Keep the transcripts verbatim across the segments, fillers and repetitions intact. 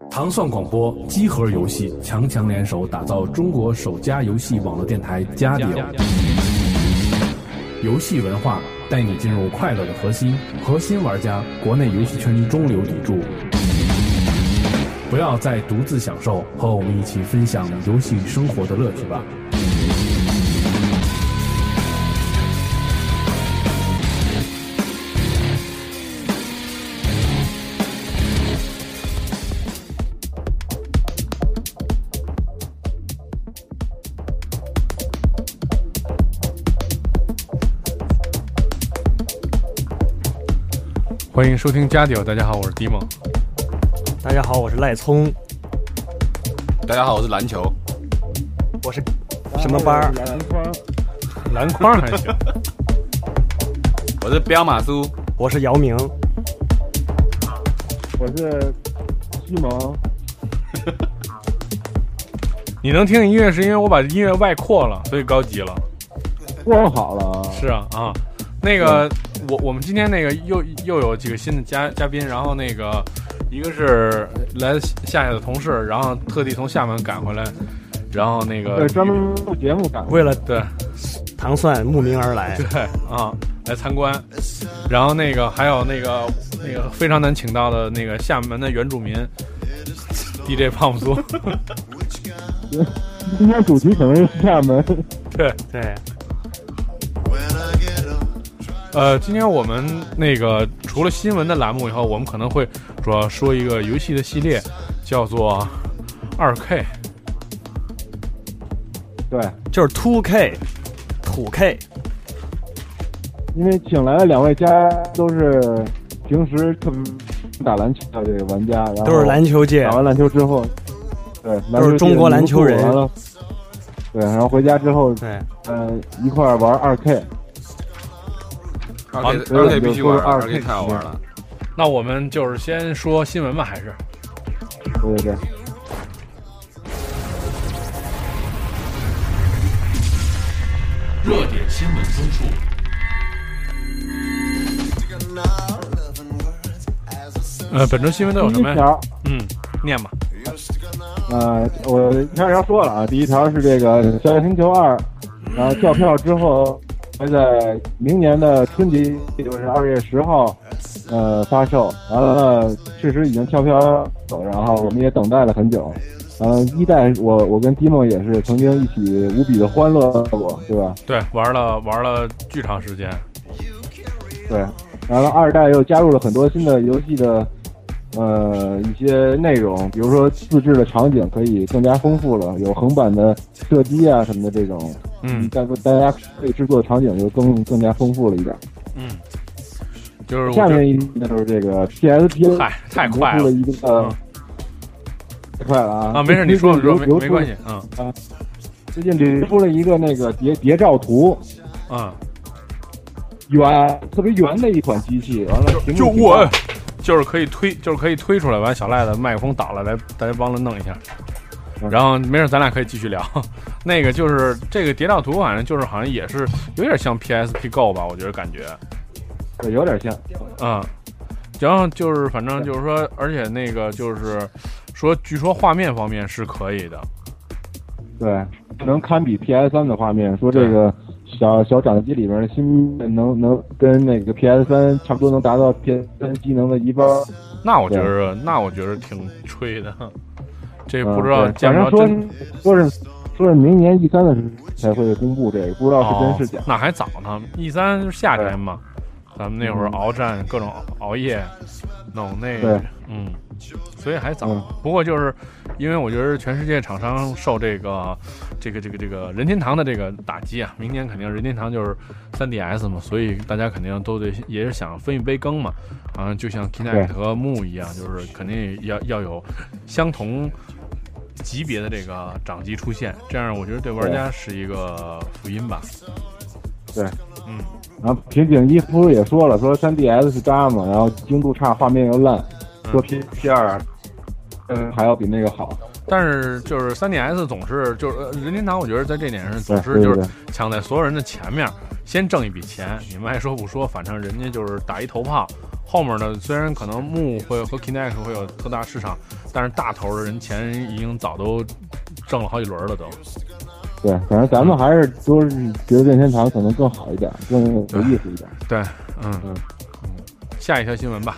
糖蒜广播机核游戏强强联手，打造中国首家游戏网络电台加迪欧。游戏文化带你进入快乐的核心，核心玩家，国内游戏圈中流砥柱。不要再独自享受，和我们一起分享游戏生活的乐趣吧。欢迎收听加迪欧，大家好，我是迪梦。 大家好，我是赖聪。 大家好，我是篮球。 我是什么班？ 篮筐， 篮筐还行。 我是彪马苏。 我是姚明。 我是西蒙。 你能听音乐是因为我把音乐外扩了，所以高级了。 播好了。 是啊啊，那个我我们今天那个又又有几个新的嘉嘉宾，然后那个。一个是来夏夏的同事，然后特地从厦门赶回来，然后那个对专门录节目赶， 为了对糖蒜慕名而来， 对啊来参观，然后那个还有那个那个非常难请到的那个厦门的原住民 D J 胖苏， 今天主题可能是厦门， 对对。 呃，今天我们那个除了新闻的栏目以后，我们可能会主要说一个游戏的系列，叫做二 K。 对， 就是 two K， 土 K。 因为请来了两位嘉都是平时特别打篮球的这个玩家，然后都是篮球界。 打完篮球之后，对， 都是中国篮球人。 完了，对，然后回家之后， 对， 呃，一块儿玩二 K。 二 K 二 K 必须玩，二 K 太好玩了。 那我们就是先说新闻吧，还是？ 对对对。 热点新闻综述。呃，本周新闻都有什么呀？嗯，念吧。 呃，我一开始要说了啊，第一条是这个《小野星球二》，然后跳票之后。会在明年的春节，也就是二月十号，呃，发售。完了，确实已经跳票走，然后我们也等待了很久。呃，一代我我跟迪梦也是曾经一起无比的欢乐过，对吧？ 对，玩了玩了巨长时间。 对，完了二代又加入了很多新的游戏的呃一些内容，比如说自制的场景可以更加丰富了，有横版的射击啊什么的这种。 嗯， 但是大家可以制作的场景就更更加丰富了一点。 嗯，就是下面一个就是这个 P S P， 嗨，太快了， 一个、呃嗯、太快了啊！ 啊，没事，你说你说没没关系，嗯啊。最近流出了一个那个谍谍照图， 嗯， 圆特别圆的一款机器，完了就就我就是可以推，就是可以推出来，完小赖的麦克风倒了，来大家帮着弄一下。然后没事，咱俩可以继续聊。那个就是这个谍照图，反正就是好像也是有点像 P S P Go 吧，我觉得感觉， 对，有点像。 嗯，然后就是反正就是说，而且那个就是说，据说画面方面是可以的， 对，能堪比 P S 三的画面。说这个小小掌机里面的芯能能跟那个 P S 三差不多，能达到 P S 三机能的一半。 那我觉得，那我觉得挺吹的。这不知道， 反正说说是说是明年 E 三的时候才会公布这个，不知道是真是假。 哦、那还早呢 ，E 三是夏天嘛，咱们那会儿鏖战，各种熬夜弄那个，嗯，所以还早。 嗯、 不过就是因为我觉得全世界厂商受这个这个这个这个任天堂的这个打击啊，明年肯定任天堂就是 三 D S 嘛，所以大家肯定都得也是想分一杯羹嘛。啊，就像 Kinect 和 Move 一样，就是肯定要要有相同级别的这个掌机出现，这样我觉得对玩家是一个福音吧。 对， 嗯。 然后平井一夫也说了，说 三 D S 是渣嘛，然后精度差，画面又烂，说 P P 二，嗯，还要比那个好。 但是就是 三 D S 总是就是任天堂，我觉得在这点上总是就是抢在所有人的前面。 先挣一笔钱，你们爱说不说，反正人家就是打一头炮。后面呢，虽然可能木会和 Kinect 会有特大市场，但是大头的人钱已经早都挣了好几轮了都。 对，反正咱们还是都是觉得任天堂可能更好一点，更有意思一点。 对，嗯嗯嗯。下一条新闻吧。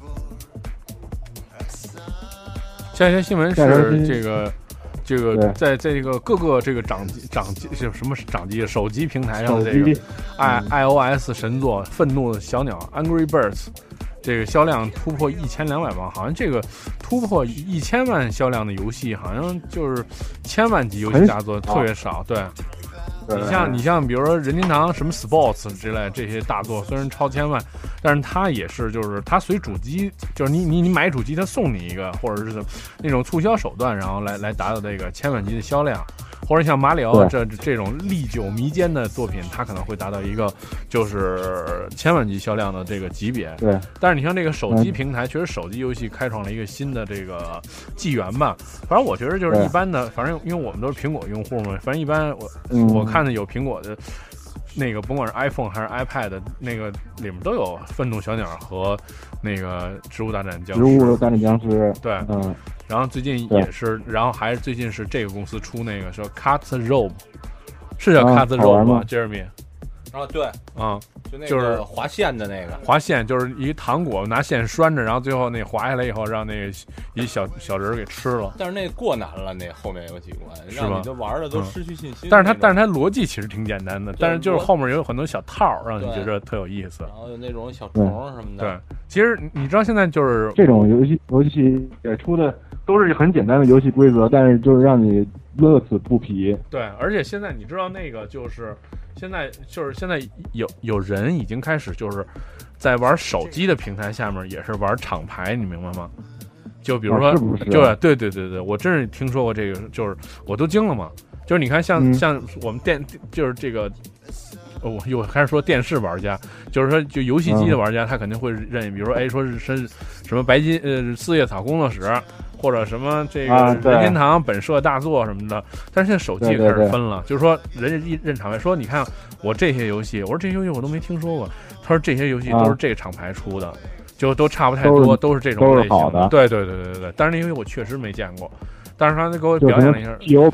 下一条新闻是这个。这个在在这个各个这个掌机掌机是什么掌机手机平台上的这个 i iOS 神作《愤怒的小鸟》Angry Birds， 这个销量突破一千两百万，好像这个突破一千万销量的游戏，好像就是千万级游戏大作特别少。对，你像你像比如说任天堂什么 Sports 之类这些大作，虽然超千万，但是它也是就是它随主机，就是你你你买主机，它送你一个，或者是那种促销手段，然后来来达到这个千万级的销量。或者像马里奥这这种历久弥坚的作品，它可能会达到一个就是千万级销量的这个级别。 对， 但是你像这个手机平台，确实手机游戏开创了一个新的这个纪元吧。反正我觉得就是一般的，反正因为我们都是苹果用户嘛，反正一般我、嗯、我看的有苹果的那个，甭管是 iPhone 还是 iPad， 那个里面都有愤怒小鸟和那个植物大战僵尸。 植物大战僵尸， 对， 嗯。 然后最近也是，然后还是最近是这个公司出那个说 Cut Rope， 是叫 Cut Rope 吗 ？Jeremy？ 啊，对， 啊、嗯， 就那个就是划线的那个， 划线就是一糖果拿线拴着，然后最后那划下来以后，让那个一小小人给吃了。 但是那过难了，那后面有几关， 是吧？ 让你都玩的都失去信心。 嗯、但是它但是它逻辑其实挺简单的，但是就是后面有很多小套，让你觉得特有意思。 然后有那种小虫什么的。 对，其实你知道现在就是这种游戏游戏也出的。都是很简单的游戏规则，但是就是让你乐此不疲。 对，而且现在你知道那个就是现在就是现在有有人已经开始就是在玩手机的平台下面也是玩厂牌，你明白吗？就比如说， 哦、是不是、啊？ 就对对对对，我真是听说过这个，就是我都惊了嘛。就是你看像，像、嗯、像我们电就是这个。我又开始说电视玩家，就是说就游戏机的玩家，他肯定会认，比如说哎，说是什什么白金呃四叶草工作室，或者什么这个任天堂本社大作什么的。但是现在手机也开始分了，就是说人家一认厂牌说，你看我这些游戏，我说这些游戏我都没听说过，他说这些游戏都是这个厂牌出的，就都差不太多，都是这种类型的。对对对对对，但是那游戏我确实没见过。但是他给我表演了一下 P O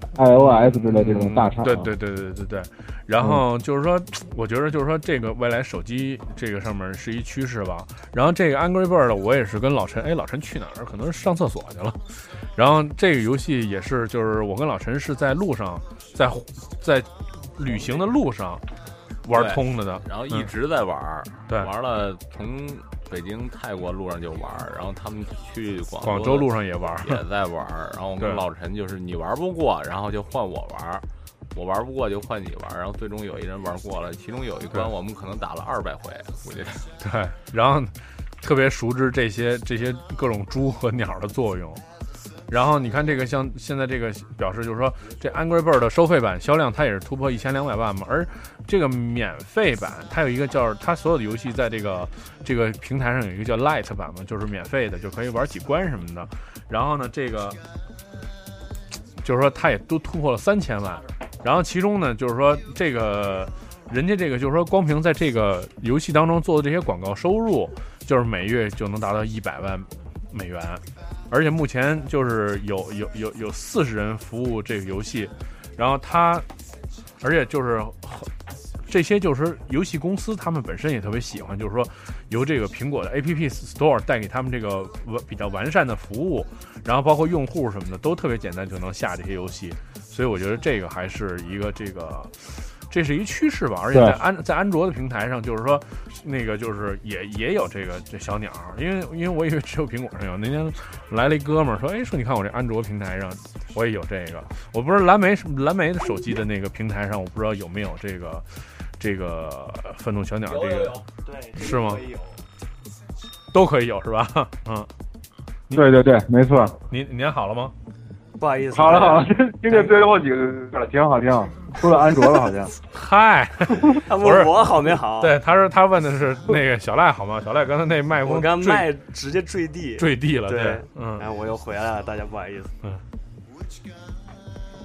P、iOS 之类这种大厂， 对对对对对对。然后就是说，我觉得就是说，这个未来手机这个上面是一趋势吧。然后这个 Angry Bird 我也是跟老陈，哎，老陈去哪儿？可能是上厕所去了。然后这个游戏也是，就是我跟老陈是在路上，在在旅行的路上玩通了的， 然后一直在玩， 嗯、对， 玩了从。北京、泰国路上就玩，然后他们去广广州路上也玩， 也在玩。然后我们老陈就是你玩不过，然后就换我玩，我玩不过就换你玩。然后最终有一人玩过了，其中有一关我们可能打了二百回，估计。 对，然后特别熟知这些这些各种猪和鸟的作用。然后你看这个像现在这个表示就是说，这 Angry Bird 的收费版销量它也是突破一千两百万嘛，而这个免费版它有一个叫它所有的游戏在这个这个平台上有一个叫 Lite 版嘛，就是免费的，就可以玩几关什么的。然后呢，这个就是说它也都突破了三千万。然后其中呢，就是说这个人家这个就是说光凭在这个游戏当中做的这些广告收入，就是每月就能达到一百万美元。而且目前就是有有有有四十人服务这个游戏，然后他，而且就是这些就是游戏公司他们本身也特别喜欢，就是说由这个苹果的 A P P Store 带给他们这个比较完善的服务，然后包括用户什么的都特别简单就能下这些游戏，所以我觉得这个还是一个这个。这是一趋势吧，而且在安在安卓的平台上，就是说，那个就是也也有这个这小鸟，因为因为我以为只有苹果上有。那天来了一哥们儿说，哎，说你看我这安卓平台上我也有这个，我不知道蓝莓蓝莓的手机的那个平台上，我不知道有没有这个这个愤怒小鸟这个， 对， 是吗？都可以有是吧？嗯， 对对对，没错。 你你念好了吗？ 不好意思， 好了好了，今天最后几个了，挺好挺好，说到安卓了好像。 嗨， 他问我好没好？ 对，他说他问的是那个小赖好吗？小赖刚才那麦克风， 我刚麦直接坠地， 坠地了， 对， 嗯， 然后我又回来了，大家不好意思。 嗯。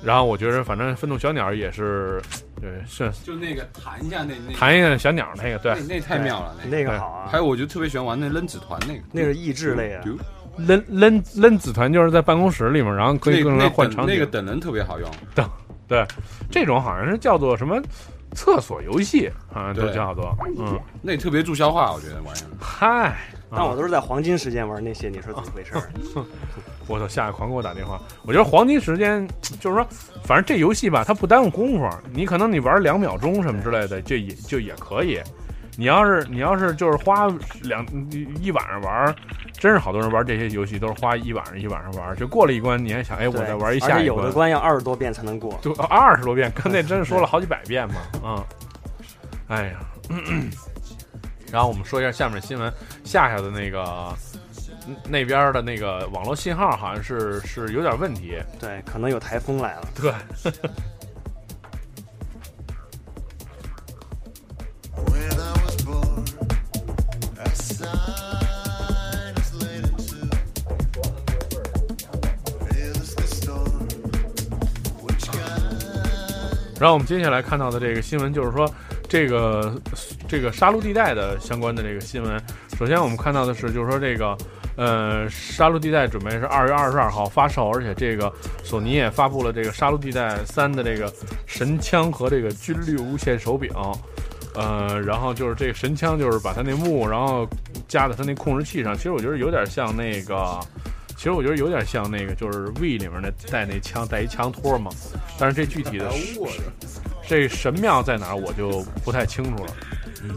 然后我觉得反正愤怒小鸟也是，对，是就那个弹一下那那弹一个小鸟那个，对， 那那太妙了， 那个好啊。 还有我就特别喜欢玩那扔纸团那个， 那是益智类啊。 扔扔扔子团就是在办公室里面，然后可以跟人换场景。 那个等人特别好用。 等，对，这种好像是叫做什么厕所游戏，好像都叫做，嗯， 那特别助消化，我觉得玩意儿。 嗨， 但我都是在黄金时间玩那些，你说怎么回事？ 我操，下一狂给我打电话。我觉得黄金时间就是说，反正这游戏吧，它不耽误功夫，你可能你玩两秒钟什么之类的，就也就也可以。你要是你要是就是花两一晚上玩，真是好多人玩这些游戏都是花一晚上一晚上玩，就过了一关，你还想，哎，我再玩一下一关。 而且有的关要二十多遍才能过， 就二十多遍，刚才真是说了好几百遍嘛，嗯，哎呀，咳咳然后我们说一下下面新闻，夏夏的那个那边的那个网络信号好像是是有点问题， 对，可能有台风来了， 对。然后我们接下来看到的这个新闻就是说，这个这个杀戮地带的相关的这个新闻。首先我们看到的是，就是说这个呃杀戮地带准备是二月二十二号发售，而且这个索尼也发布了这个杀戮地带三的这个神枪和这个军绿无线手柄。呃，然后就是这个神枪就是把它那幕，然后加在它那控制器上。其实我觉得有点像那个。其实我觉得有点像那个，就是 V 里面那带那枪带一枪托嘛，但是这具体的这神庙在哪儿我就不太清楚了。嗯，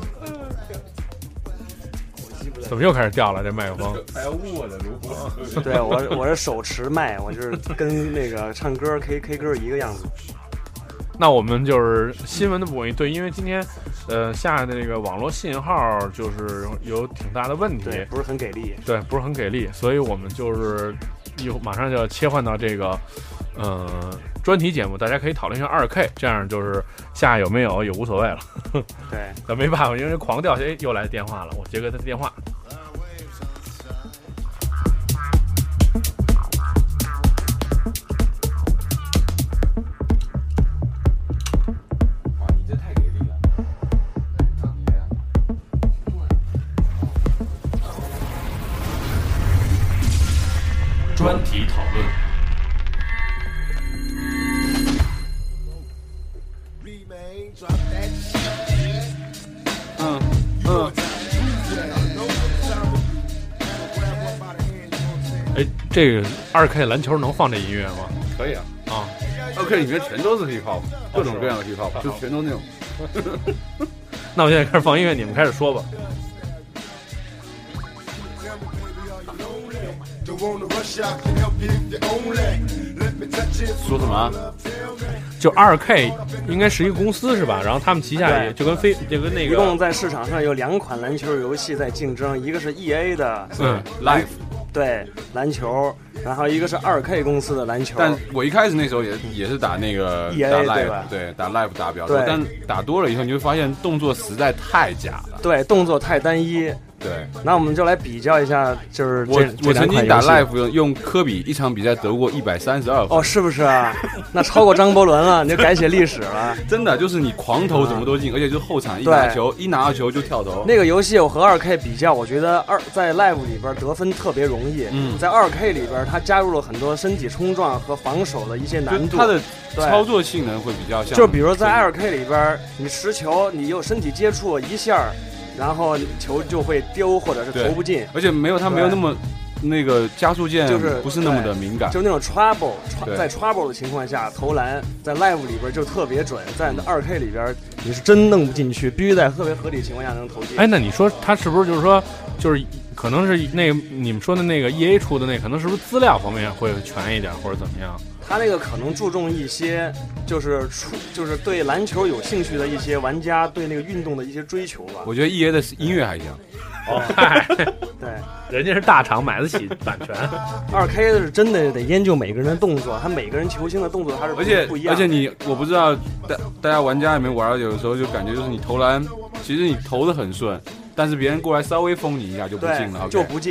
怎么又开始掉了这麦克风？ 还要握的如何？ 对我我是手持麦，我就是跟那个唱歌 K K 歌一个样子。 那我们就是新闻的部分，对，因为今天，呃，下的这个网络信号就是有挺大的问题， 对，不是很给力， 对，不是很给力，所以我们就是又马上就要切换到这个，呃，专题节目，大家可以讨论一下二 K， 这样就是下有没有也无所谓了。 对， 那没办法，因为狂掉，哎，又来电话了，我接个他的电话。专题讨论。 嗯嗯。 哎，这个二 K 篮球能放这音乐吗？ 可以啊。 啊， 二 K 里面全都是 hip hop， 各种各样的 hip hop， 就全都那种。 那我现在开始放音乐，你们开始说吧。 说什么？ 就二 K 应该是一个公司是吧？然后他们旗下也就跟飞就跟那个， 一共在市场上有两款篮球游戏在竞争，一个是 E A 的嗯 Live 对篮球，然后一个是二 K 公司的篮球。 但我一开始那时候也也是打那个 E A 打 Live 对吧？ 对，打 Live 打比较多，但打多了以后你会发现动作实在太假了。 对，动作太单一。 对， 那我们就来比较一下，就是我我曾经打 Live 用科比一场比赛得过一百三十二分。 哦，是不是啊？那超过张伯伦了，你就改写历史了。 真的，就是你狂投怎么都进，而且就后场一拿球，一拿到球就跳投。 那个游戏我和二 K 比较，我觉得二在 Live 里边得分特别容易， 嗯， 在二 K 里边它加入了很多身体冲撞和防守的一些难度， 它的操作性能会比较像。 就比如在二 K 里边，你持球，你有身体接触一下。然后球就会丢，或者是投不进， 而且没有它没有那么那个加速键， 就是不是那么的敏感， 就是那种 trouble， 在 trouble 的情况下投篮，在 live 里边就特别准，在二 K 里边你是真弄不进去，必须在特别合理情况下能投进。 哎，那你说他是不是就是说，就是可能是那个你们说的那个 E A 出的那，可能是不是资料方面会全一点，或者怎么样？ 他那个可能注重一些，就是出就是对篮球有兴趣的一些玩家对那个运动的一些追求吧。 我觉得 E A 的音乐还行。 哦，嗨， 对， 人家是大厂，买得起版权。 二 K 的是真的得研究每个人的动作，他每个人球星的动作他是不而且不一样。 而且你我不知道大大家玩家有没有玩，有的时候就感觉就是你投篮，其实你投的很顺，但是别人过来稍微封你一下就不进了， 就不进。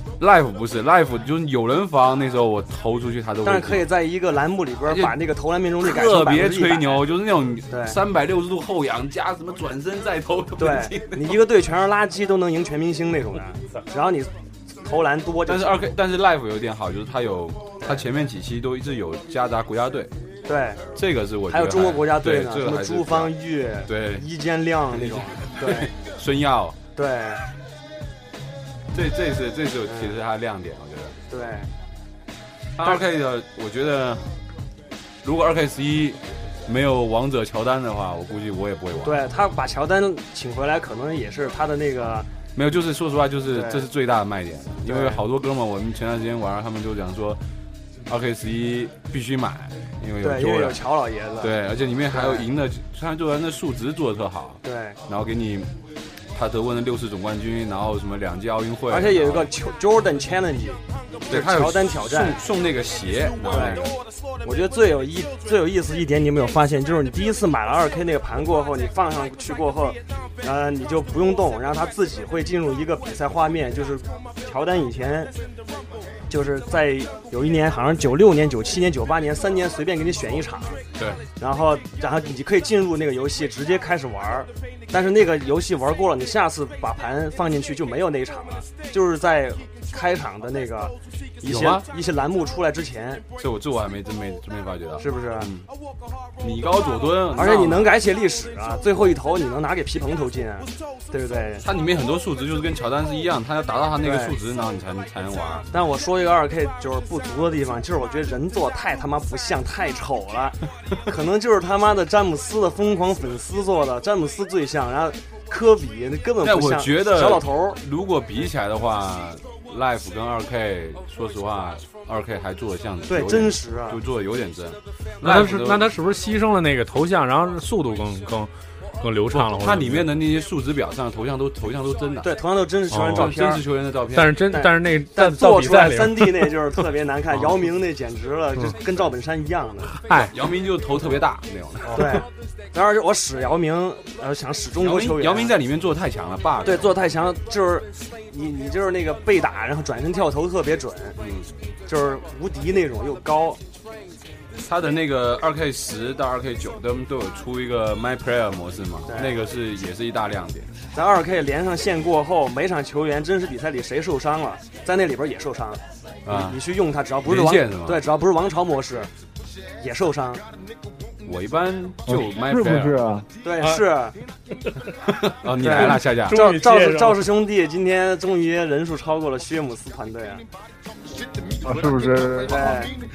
Life 不是 Life， 就是有人防，那时候我投出去他都会。 但是可以在一个栏目里边把那个投篮命中率改成特别吹牛，就是那种对三百六十度后仰加什么转身再投。 对，你一个队全是垃圾都能赢全明星那种的，只要你投篮多就。 但是二 K， 但是 Life 有点好，就是他有他前面几期都一直有夹杂国家队。 对， 这个是我觉得还有中国国家队呢， 什么朱芳玉、 对易建亮那种，对， 孙耀， 对。 这这是这是其实它的亮点，我觉得。对。 二 K 的，我觉得如果二 K 十一没有王者乔丹的话，我估计我也不会玩。 对他把乔丹请回来，可能也是他的那个没有，就是说实话，就是这是最大的卖点。因为好多哥们，我们前段时间玩，他们就讲说，二 K 十一必须买，因为有对，因为有乔老爷子。 对，而且里面还有赢的，虽然做完的数值做的特好。 对。 然后给你。他得问了六次总冠军，然后什么两届奥运会， 而且有一个 Jordan Challenge， 对，他有乔丹挑战， 送送那个鞋。 对，我觉得最有意最有意思一点，你有没有发现，就是你第一次买了二 K 那个盘过后，你放上去过后，呃，你就不用动，然后他自己会进入一个比赛画面，就是乔丹以前。就是在有一年，好像九六年、九七年、九八年三年随便给你选一场， 对， 然后然后你可以进入那个游戏，直接开始玩。但是那个游戏玩过了，你下次把盘放进去就没有那一场了，就是在开场的那个一些一些栏目出来之前。 这我这我还没真没真没发觉到， 是不是？ 嗯，米高佐敦， 而且你能改写历史啊，最后一投你能拿给皮蓬投进啊，对不对？ 它里面很多数值就是跟乔丹是一样，他要达到他那个数值，然后你才能才能玩。 但我说一个二 K 就是不足的地方，就是我觉得人做太他妈不像，太丑了，可能就是他妈的詹姆斯的疯狂粉丝做的，詹姆斯最像，然后科比那根本不像。 但我觉得小老头如果比起来的话 ，Life 跟二 K， 说实话，二 K 还做的像对真实啊， 就做的有点真。 那他是那他是不是牺牲了那个头像，然后速度更更？更流畅了， 它里面的那些数值表上头像都头像都真的， 对，头像都真实球员照片， 真实球员的照片。 但是真，但是那但做出来三 D 那就是特别难看。姚明那简直了，就跟赵本山一样的。 哎，姚明就头特别大那种的。 对，然后我使姚明，呃，想使中国球员。 姚明在里面做的太强了 ，bug。 对，做的太强，就是你你就是那个被打，然后转身跳投特别准，嗯，就是无敌那种，又高。 他的那个二 K 十到二 K 九都都有出一个 My Player 模式嘛，那个是也是一大亮点。 在二 K 连上线过后，每场球员真实比赛里谁受伤了，在那里边也受伤。啊，你去用它，只要不是王对，只要不是王朝模式，也受伤。 我一般就 My Player， 是不是啊？ 对，是。 哦，你来了，夏夏。 赵赵氏赵氏兄弟今天终于人数超过了薛姆斯团队啊！ 啊，是不是？ 对。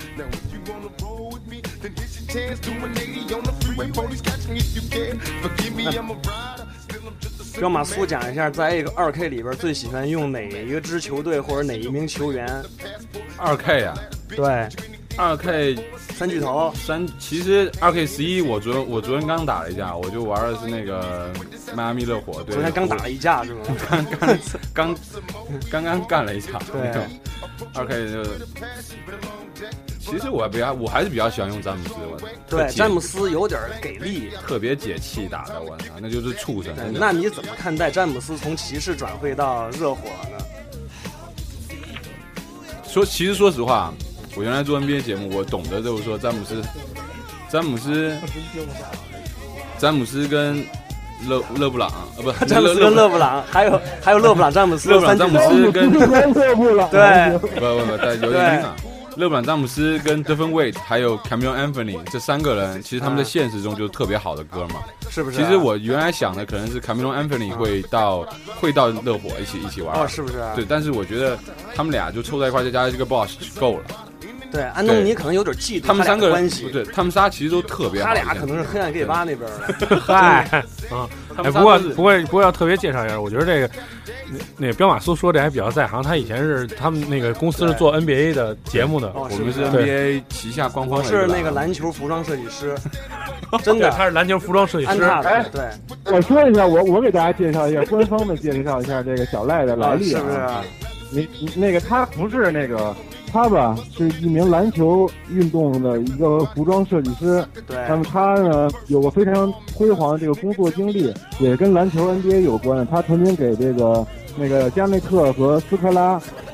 让马苏讲一下，在这个二 K 里边最喜欢用哪一个支球队或者哪一名球员？ 二 K 啊， 对， 二 K 三巨头三。其实二 K 十一，我昨我昨天刚打了一架，我就玩的是那个迈阿密热火队。 昨天刚打了一架是吗？ 刚刚刚刚刚干了一架。 对， 二 K 就。其实我比较，我还是比较喜欢用詹姆斯。我对，詹姆斯有点给力， 特别解气打的，我操，那就是畜生。 那你怎么看待詹姆斯从骑士转会到热火呢？ 说，其实说实话，我原来做 N B A 节目，我懂得就是说詹姆斯，詹姆斯，詹姆斯跟勒勒布朗啊，不， 詹姆斯跟勒布朗，还有还有勒布朗詹姆斯， 勒布朗詹姆斯跟勒布朗， 对， 不不不，但有点啊。勒布朗詹姆斯跟得分 Wade 还有 Carmelo Anthony 这三个人，其实他们在现实中就是特别好的哥们儿， 是不是？ 其实我原来想的可能是 Carmelo Anthony 会到会到热火一起一起玩， 哦，是不是？ 对，但是我觉得他们俩就凑在一块，再加这个 boss 够了。 对，安东尼可能有点嫉妒他们三个关系， 对他们仨其实都特别好。 他俩可能是黑暗 gay 吧那边的。 嗨，啊，哎，不过不过不过要特别介绍一下，我觉得这个那那个彪马苏说这还比较在行，他以前是他们那个公司是做 N B A 的节目的， 哦、 我们是 N B A 旗下光光的。 我是那个篮球服装设计师，真的， 他是篮球服装设计师。 哎，对， 我说一下，我我给大家介绍一下，官方的介绍一下这个小赖的来历、 啊，是不是、啊？ 你那个他不是那个。他吧是一名篮球运动的一个服装设计师， 对。 那么他呢有个非常辉煌的这个工作经历，也跟篮球 N B A 有关。他曾经给这个那个加内特和斯科拉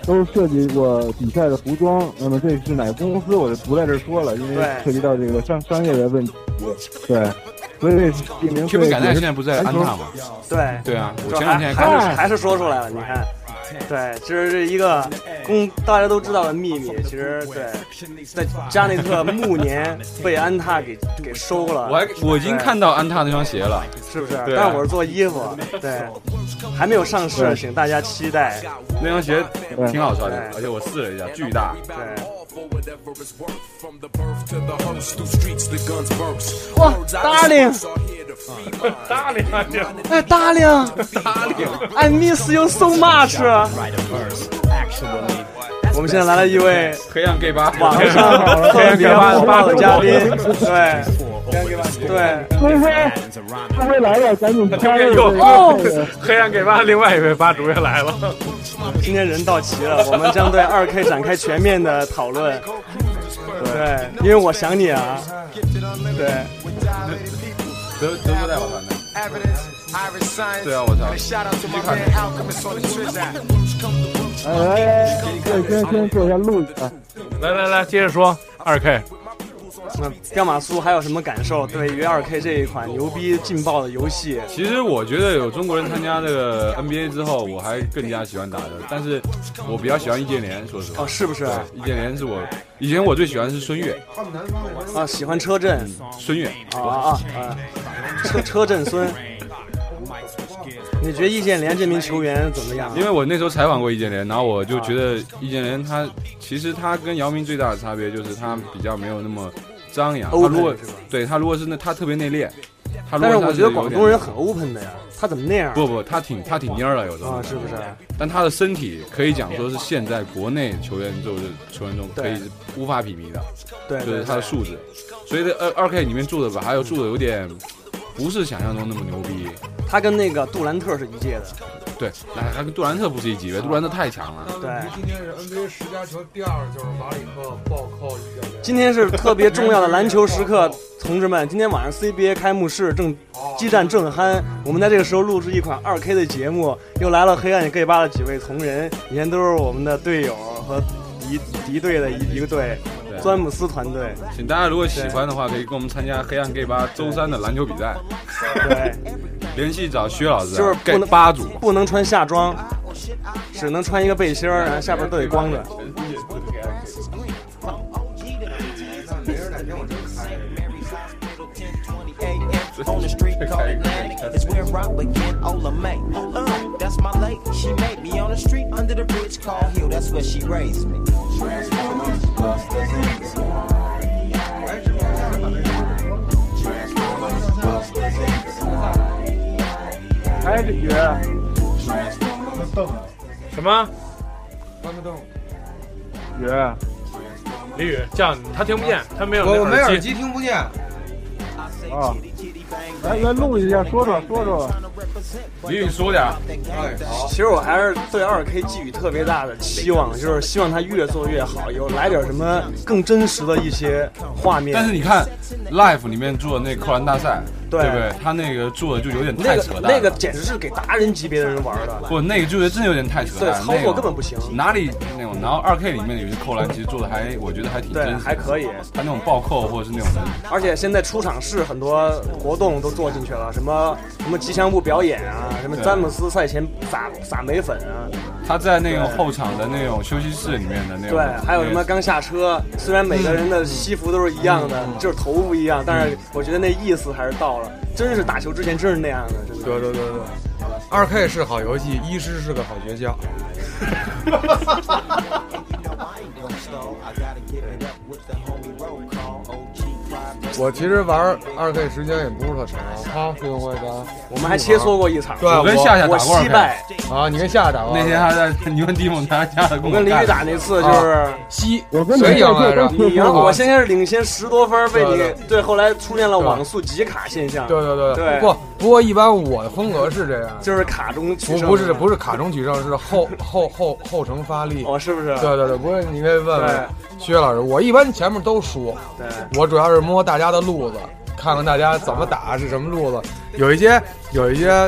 都设计过比赛的服装。那么这是哪个公司，我就不在这说了，因为涉及到这个商商业的问题。对，所以这是一名。 Q 感叹现在不是在安踏吗？ 对对啊，我前两天还是还是说出来了，你看。对，这是一个公大家都知道的秘密。其实，对，在加内特暮年被安踏给给收了。 我还我已经看到安踏那双鞋了， 是不是？ 对、啊， 但是我是做衣服，对，还没有上市，请大家期待。 那双鞋挺好穿的，而且我试了一下，巨大。 对。哇 ，Darling， Darling， 哎 ，Darling， I miss you so much。我们现在来了一位黑暗 gay 吧网上特别火爆的嘉宾，对，对， 灰灰，灰灰来了，赶紧加入。 哦， 黑暗 gay 吧另外一位吧主也来了。 今天人到齐了，我们将对二 K 展开全面的讨论。对，因为我想你啊。对。 德德国带我穿的。对啊，我操！继续看。 来来，先先做一下录啊。 来来来，接着说二 K。 那彪马苏还有什么感受？对于二 K 这一款牛逼劲爆的游戏， 其实我觉得有中国人参加这个 N B A 之后，我还更加喜欢打的。但是我比较喜欢易建联，说实话。 哦，是不是？ 易建联是我以前我最喜欢是孙悦。 啊，喜欢车震。 嗯、孙悦。 啊啊啊！车车震孙。你觉得易建联这名球员怎么样？ 因为我那时候采访过易建联，然后我就觉得易建联他其实他跟姚明最大的差别就是他比较没有那么张扬。他如果对他如果是那他特别内敛，他但是我觉得广东人很 open 的呀，他怎么那样？ 不不，他挺他挺蔫了，有时候啊，是不是？ 但他的身体可以讲说是现在国内球员就是球员中可以无法匹敌的， 对， 就是他的素质。所以在二二 K 里面做的吧，还有做的有点不是想象中那么牛逼。 他跟那个杜兰特是一届的。 对，哎，他跟杜兰特不是一级别，杜兰特太强了。 对， 今天是 N B A 十佳球第二，就是马里克暴扣易建联。 今天是特别重要的篮球时刻，同志们，今天晚上 C B A 开幕式正激战正酣，我们在这个时候录制一款二 K 的节目，又来了黑暗 gay 吧的几位同仁，以前都是我们的队友和敌敌对的一一个队。詹姆斯团队， 请大家如果喜欢的话，可以跟我们参加黑暗 gay 吧周三的篮球比赛。 对， 联系找薛老师， 就是不能八组， 不能穿夏装，只能穿一个背心儿，然后下边都得光着。 On the street called Atlantic, it's where I began. Ola May, uh, that's my lady. She made me on the street under the bridge called Hill. That's where she raised me. 哎，李宇， 什么？ 翻个凳。 宇， 李宇叫你，他听不见，他没有。 我没耳机听不见。 啊，来来录一下，说说说说。 李宇说点。 其实我还是对二 K 寄予特别大的期望，就是希望它越做越好，有来点什么更真实的一些画面。 但是你看 Live 里面做的那个扣篮大赛， 对对不对？他那个做的就有点太扯淡、 那个。那个简直是给达人级别的人玩的。 不，那个就是真的有点太扯淡。 对，操作根本不行。 哪里那种？然后二 K 里面有些扣篮其实做的还，我觉得还挺真实， 还可以。 他那种暴扣或者是那种人。 而且现在出场式很多活动都做进去了，什么什么吉祥物表演啊，什么詹姆斯赛前撒撒眉粉啊。 他在那种后场的那种休息室里面的那种。 对，还有什么刚下车，虽然每个人的西服都是一样的，就是头不一样，但是我觉得那意思还是到了。真是打球之前真是那样的，真的。 对对对对，二 K 是好游戏，医师是个好学校。我其实玩二 K 时间也不是特长，他是用会的。 我们还切磋过一场， 对， 我跟夏夏打过二 K。 我惜败啊，你跟夏夏打过。 那天还在你问蒂姆他家的， 我跟李宇打那次就是西， 我跟谁赢来着？ 你赢，我先开始领先十多分，被你对，后来出现了网速极卡现象。 对对对对。 不不过一般我的风格是这样， 就是卡中取胜。 不不是不是卡中取胜，是后后后后程发力。 哦，是不是？ 对对对，不是你可以问问薛老师，我一般前面都输。 对， 我主要是摸大家的路子。看看大家怎么打是什么路子，有一些有一些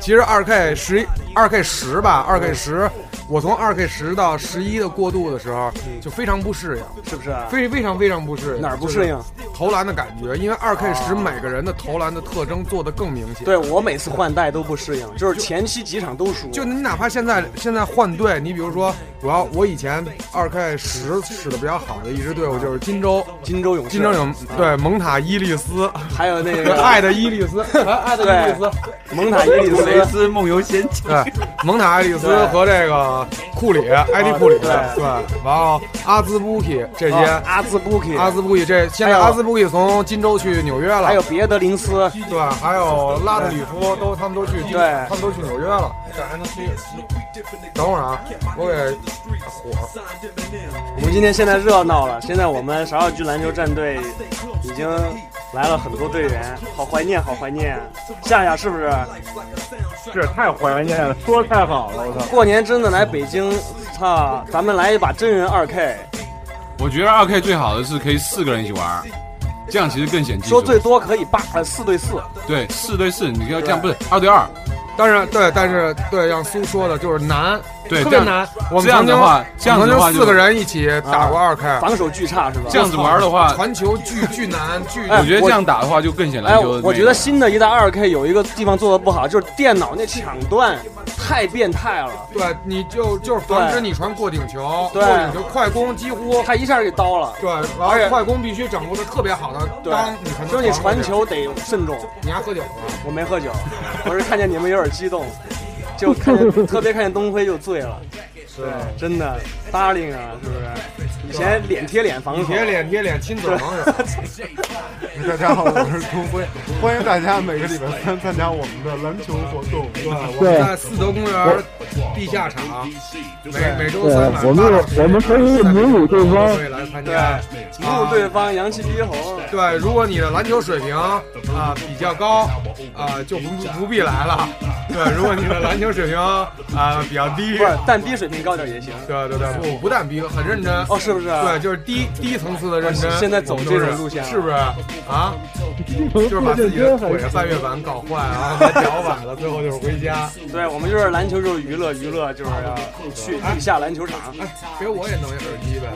其实二 K 十一、二 K 十吧，二 K 十，我从二 K 十到十一的过渡的时候，就非常不适应， 是不是？ 非非常非常不适应。 哪儿不适应？ 投篮的感觉，因为二 K 十每个人的投篮的特征做得更明显。 对我每次换代都不适应，就是前期几场都输。 就你哪怕现在现在换队，你比如说，我要我以前二 K 十使得比较好的一支队伍就是金州， 金州勇士， 金州勇对蒙塔伊利斯， 还有那个爱的伊利斯，爱的伊利斯， 蒙塔伊利斯， 雷斯梦游仙境， 对，蒙塔爱丽丝和这个库里，艾迪库里，对，然后阿兹布基这些， 阿兹布基， 阿兹布基这现在阿兹布基从金州去纽约了， 还有别德林斯， 对，还有拉特里夫都他们都去， 对， 他们都去纽约了。这还能吹耳机？等会儿啊，我给火。 我们今天现在热闹了，现在我们十二区篮球战队已经来了很多队员，好怀念，好怀念。夏夏是不是？ 是太怀念了，说太好了，我操！ 过年真的来北京，操，咱们来一把真人二 K。 我觉得二 K 最好的是可以四个人一起玩，这样其实更显技术。 说最多可以八呃四对四。 对，四对四，你要这样不是二对二。 但是对，但是对，像苏说的就是难， 对， 特别难。我们这样的话，这样的话， 四个人一起打过二 K，、啊、 防守巨差是吧？ 这样子玩的话， 传球巨巨难，巨。 我觉得这样打的话就更显篮球、 哎。我觉得新的一代二 K 有一个地方做的不好，就是电脑那抢断太变态了。 对，你就就是防止你传过顶球， 对， 过顶球快攻几乎他一下给刀了。 对，而且快攻必须掌握的特别好的当，你可能就是你传球得慎重。 你还喝酒吗？ 我没喝酒，我是看见你们有点激动。就看见，特别看见东辉就醉了，对，真的 ，darling 啊，是不是？以前脸贴脸防守， 贴脸贴脸亲嘴防守。 大家好，我是东辉，欢迎大家每个礼拜三参加我们的篮球活动。 对，我们在四德公园地下场，每每周三晚我们我们可以母乳对方， 来参加， 母乳对方洋气逼红。 对，如果你的篮球水平啊比较高啊，就不不必来了。对，如果你的篮球水平啊比较低， 不是，但低水平高点也行。 对对对，不不但逼，很认真。 哦，是不是？ 对，就是低低层次的认真。 现在走这种路线， 是不是？啊，就是把自己的腿半月板搞坏啊，把脚崴了，最后就是回家。 对，我们就是篮球就是娱乐，娱乐就是要去地下篮球场。 哎，给我也弄一耳机呗。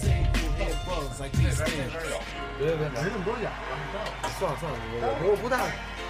别别别，没这么多眼了，算了算了，我我不带。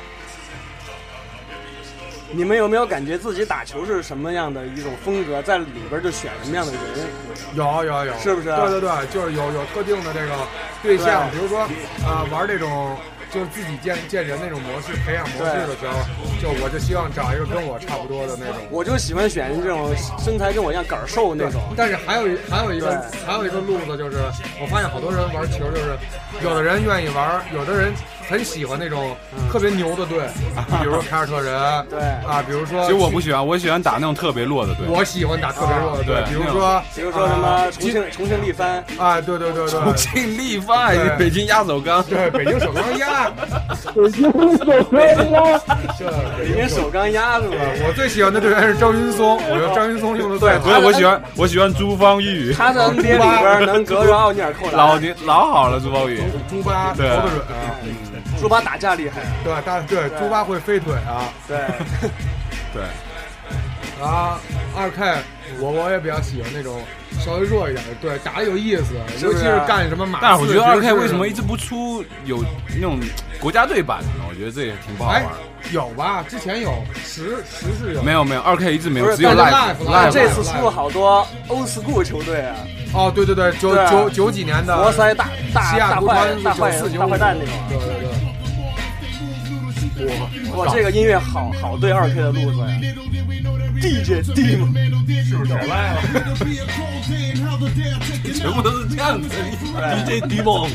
你们有没有感觉自己打球是什么样的一种风格，在里边就选什么样的人？ 有有有， 是不是？ 对对对，就是有有特定的这个对象，比如说啊、呃，玩这种就是自己见见人那种模式，培养模式的时候，就我就希望找一个跟我差不多的那种。 我就喜欢选这种身材跟我一样杆儿瘦那种。 但是还有一还有一个还有一个路子，就是我发现好多人玩球，就是有的人愿意玩，有的人很喜欢那种特别牛的队，比如说凯尔特人， 对啊，比如说， 其实我不喜欢，我喜欢打那种特别弱的队。 我喜欢打特别弱的队，比如说， 比如说什么重庆重庆力帆啊，对对对对， 重庆力帆，北京压手钢， 对，北京首钢压， 北京首钢压， 北京首钢压是吧？ 我最喜欢的队员是张云松，我用张云松用的最不是，我喜欢我喜欢朱芳雨， 他在 N B A 里边能隔着奥尼尔扣篮， 老年老好了，朱芳雨， 朱巴投的准啊。 朱巴打架厉害， 对吧？大对，朱巴会飞腿啊， 对， 对。 啊，二 K， 我我也比较喜欢那种稍微弱一点的，对，打得有意思，尤其是干什么马。 但是我觉得二 K 为什么一直不出有那种国家队版的呢？我觉得这也挺不好玩。 有吧？之前有十十是有， 没有没有，二 K 一直没有，只有 live live。这次出了好多 old school 球队啊。 哦，对对对，九九九几年的活塞大大西亚大坏大坏大坏蛋那种。 对对对。 哇，这个音乐好好对二 K 的路子呀 ！D J D 嘛， 是不是走赖了？全部都是这样子 ，D J D 梦。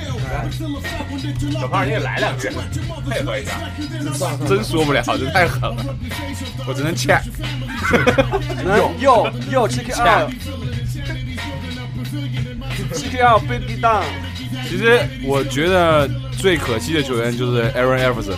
小胖，你也来两句，配合一下。 真说不了，这太狠了，我只能 check。 只能 yo yo check it out。check it out baby down。 其实我觉得最可惜的球员就是 Aaron Iverson。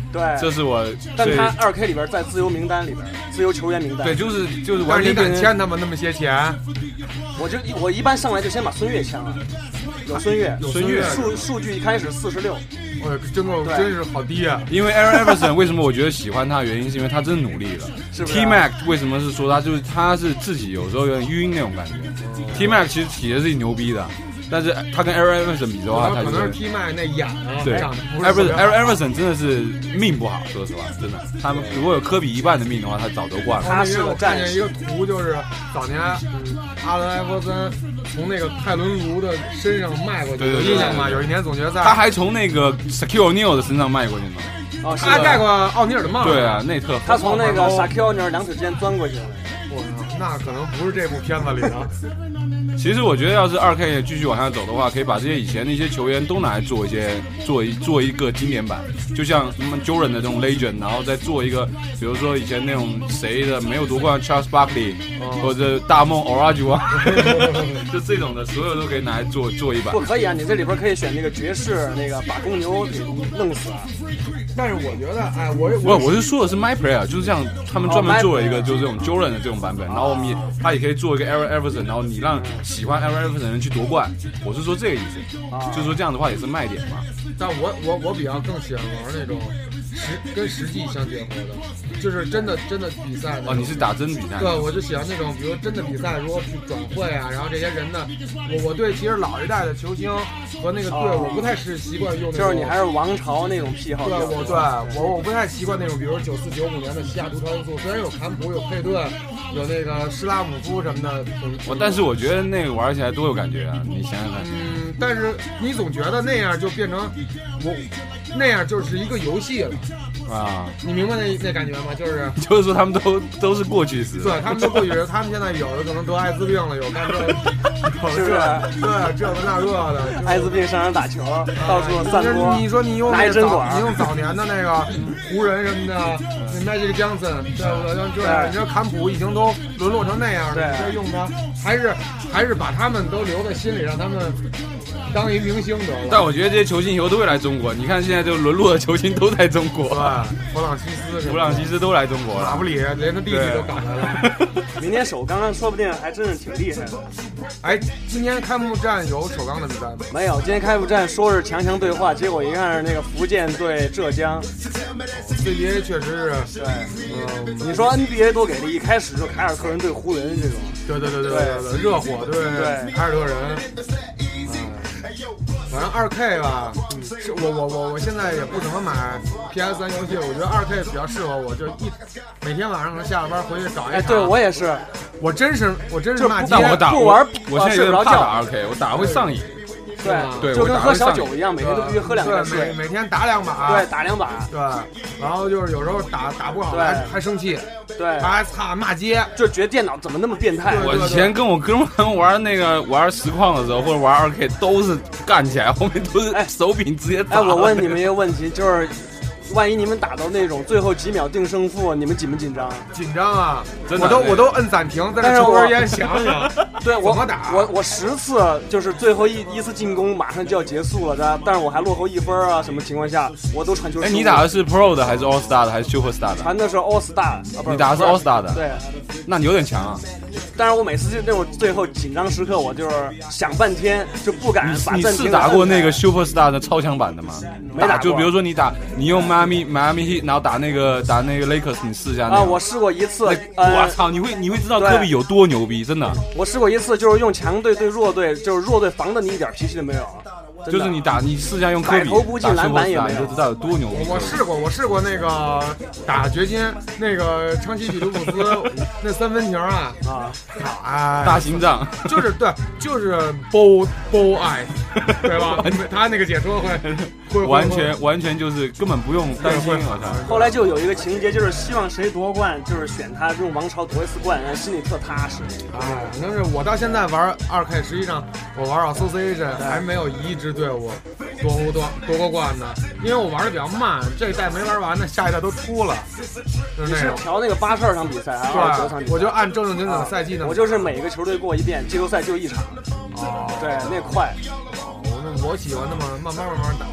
对， 这是我。 但他二 K 里边在自由名单里边，自由球员名单。 对，就是就是完全敢欠他们那么些钱。 我就我一般上来就先把孙悦签了，有孙悦， 有孙悦， 数数据一开始四十六。 哦，真的真是好低啊！ 因为 Allen Iverson 为什么我觉得喜欢他，原因是因为他真努力了。 是不是、啊、 ？T Mac 为什么是说他就是他是自己有时候有点晕那种感觉。嗯、T Mac 其实体的是牛逼的。但是他跟 Allen Iverson 比的话，他可能是 T Mac 那眼啊， 对，Allen Iverson 真的是命不好，说实话，真的。他们如果有科比一半的命的话，他早得冠了。 他是我看见一个图，就是早年嗯，阿伦艾弗森从那个泰伦卢的身上迈过去，有印象吗？有一年总决赛， 他还从那个 Shaquille O'Neal 的身上迈过去呢。 哦， 他盖过奥尼尔的帽。 对啊，那特他从那个 Shaquille O'Neal 两腿之间钻过去了。 我操，那可能不是这部片子里的。 其实我觉得，要是二 K 继续往下走的话，可以把这些以前的一些球员都拿来做一些做一做一个经典版，就像什么 Jordan 的这种 Legend， 然后再做一个，比如说以前那种谁的没有夺冠 Charles Barkley，、哦、或者大梦 Olajuwon， 就这种的，所有都可以拿来做做一版。 不可以啊，你这里边可以选那个爵士那个把公牛给弄死啊。 但是我觉得，哎，我我我是说的是 My Player， 就是这样，他们专门做了一个就是这种 Jordan 的这种版本，然后我们也他也可以做一个 Allen Iverson， 然后你让喜欢 Allen Iverson 的人去夺冠，我是说这个意思，啊、就是说这样的话也是卖点嘛。 但我我我比较更喜欢玩那种实跟实际相结合的，就是真的真的比赛的。 哦，你是打真比赛？ 对，我就喜欢那种，比如真的比赛，如果去转会啊，然后这些人呢，我我对其实老一代的球星和那个队，哦、我不太是习惯用那种。 就是你还是王朝那种癖好。 对，我对我我不太习惯那种，比如九四九五年的西雅图超音速，虽然有坎普有佩顿。有那个施拉姆夫什么的， 我但是我觉得那个玩起来多有感觉啊！你想想看， 嗯，但是你总觉得那样就变成我那样就是一个游戏了啊！ 你明白那那感觉吗？就是就是说他们都都是过去时， 对他们都过去时，他们现在有的可能得艾滋病了，有干这， 是不是？ 对，这个那个的， 艾滋病上场打球，到处散播。 你说你用拿一针管， 你用早年的那个湖人什么的，那 Magic Johnson， 对不对？就是你说坎普已经都沦落成那样了，你再用它，还是还是把他们都留在心里，让他们当一明星得了。 但我觉得这些球星以后都会来中国。你看现在就沦落的球星都在中国， 对，弗朗西斯、 弗朗西斯都来中国了， 马布里连他弟弟都赶来了。 明天首钢说不定还真是挺厉害的。 哎，今天开幕战有首钢的比赛吗？ 没有，今天开幕战说是强强对话，结果一看是那个福建对浙江。 C B A 确实是， 对，嗯，你说 N B A 多给力，一开始就凯尔特人对湖人这种， 对对对对对对，热火对对凯尔特人，嗯，反正二 K 吧，是我我我我现在也不怎么买 P S 三游戏，我觉得二 K 比较适合我，就一每天晚上可能下了班回去找一场。 哎，对我也是， 我真是我真是骂街， 但我打不玩， 我现在有点怕打二 K， 我打会上瘾。 对， 对， 就跟喝小酒一样，每天都必须喝两杯水， 每每天打两把， 对，打两把， 对，然后就是有时候打打不好，还还生气， 对， 还操骂街， 就觉得电脑怎么那么变态。 我以前跟我哥们玩那个玩实况的时候，或者玩二 K， 都是干起来，后面都是手柄直接打。 哎，我问你们一个问题，就是。万一你们打到那种最后几秒定胜负，你们紧不紧张？ 紧张啊！我都我都摁暂停，在那抽根烟想想。 对，我怎么打？ 我我十次就是最后一一次进攻马上就要结束了的，但是我还落后一分啊，什么情况下我都传球。 哎，你打的是 Pro 的还是 All Star 的还是 Super Star 的？ 传的是 All Star， 啊、 你打的是 All Star 的。 对， 那你有点强啊。 但是我每次就那种最后紧张时刻，我就是想半天就不敢把暂停。 你是打过那个 Super Star 的超强版的吗？ 没打过。 就比如说你打，你用 Miami Miami Heat， 然后打那个打那个 Lakers， 你试一下、那個。 啊，我试过一次。 呃、我操，你会你会知道科比有多牛逼，真的。 我试过一次，就是用强队对弱队，就是弱队防的你一点脾气都没有。 就是你打，你试一下用科比投不进篮板也没有， 你就知道有多牛逼。 我试过，我试过那个打掘金，那个昌西比卢普斯那三分球啊啊，哎， 大心脏， 就是对，就是包包爱，对吧？他那个解说会会完全完全就是根本不用担心我操。 后来就有一个情节，就是希望谁夺冠，就是选他用王朝夺一次冠，心里特踏实。 哎，但是我到现在玩二 K， 实际上我玩 Association 还没有一支队伍夺过夺夺过冠的，因为我玩的比较慢，这一代没玩完呢，下一代都出了。 你是调那个八十二场比赛还是二十九场比赛？ 我就按正正经经的赛季呢、啊， 我就是每个球队过一遍，季后赛就一场。哦，对，那快。 哦，那我喜欢那么慢慢慢慢打。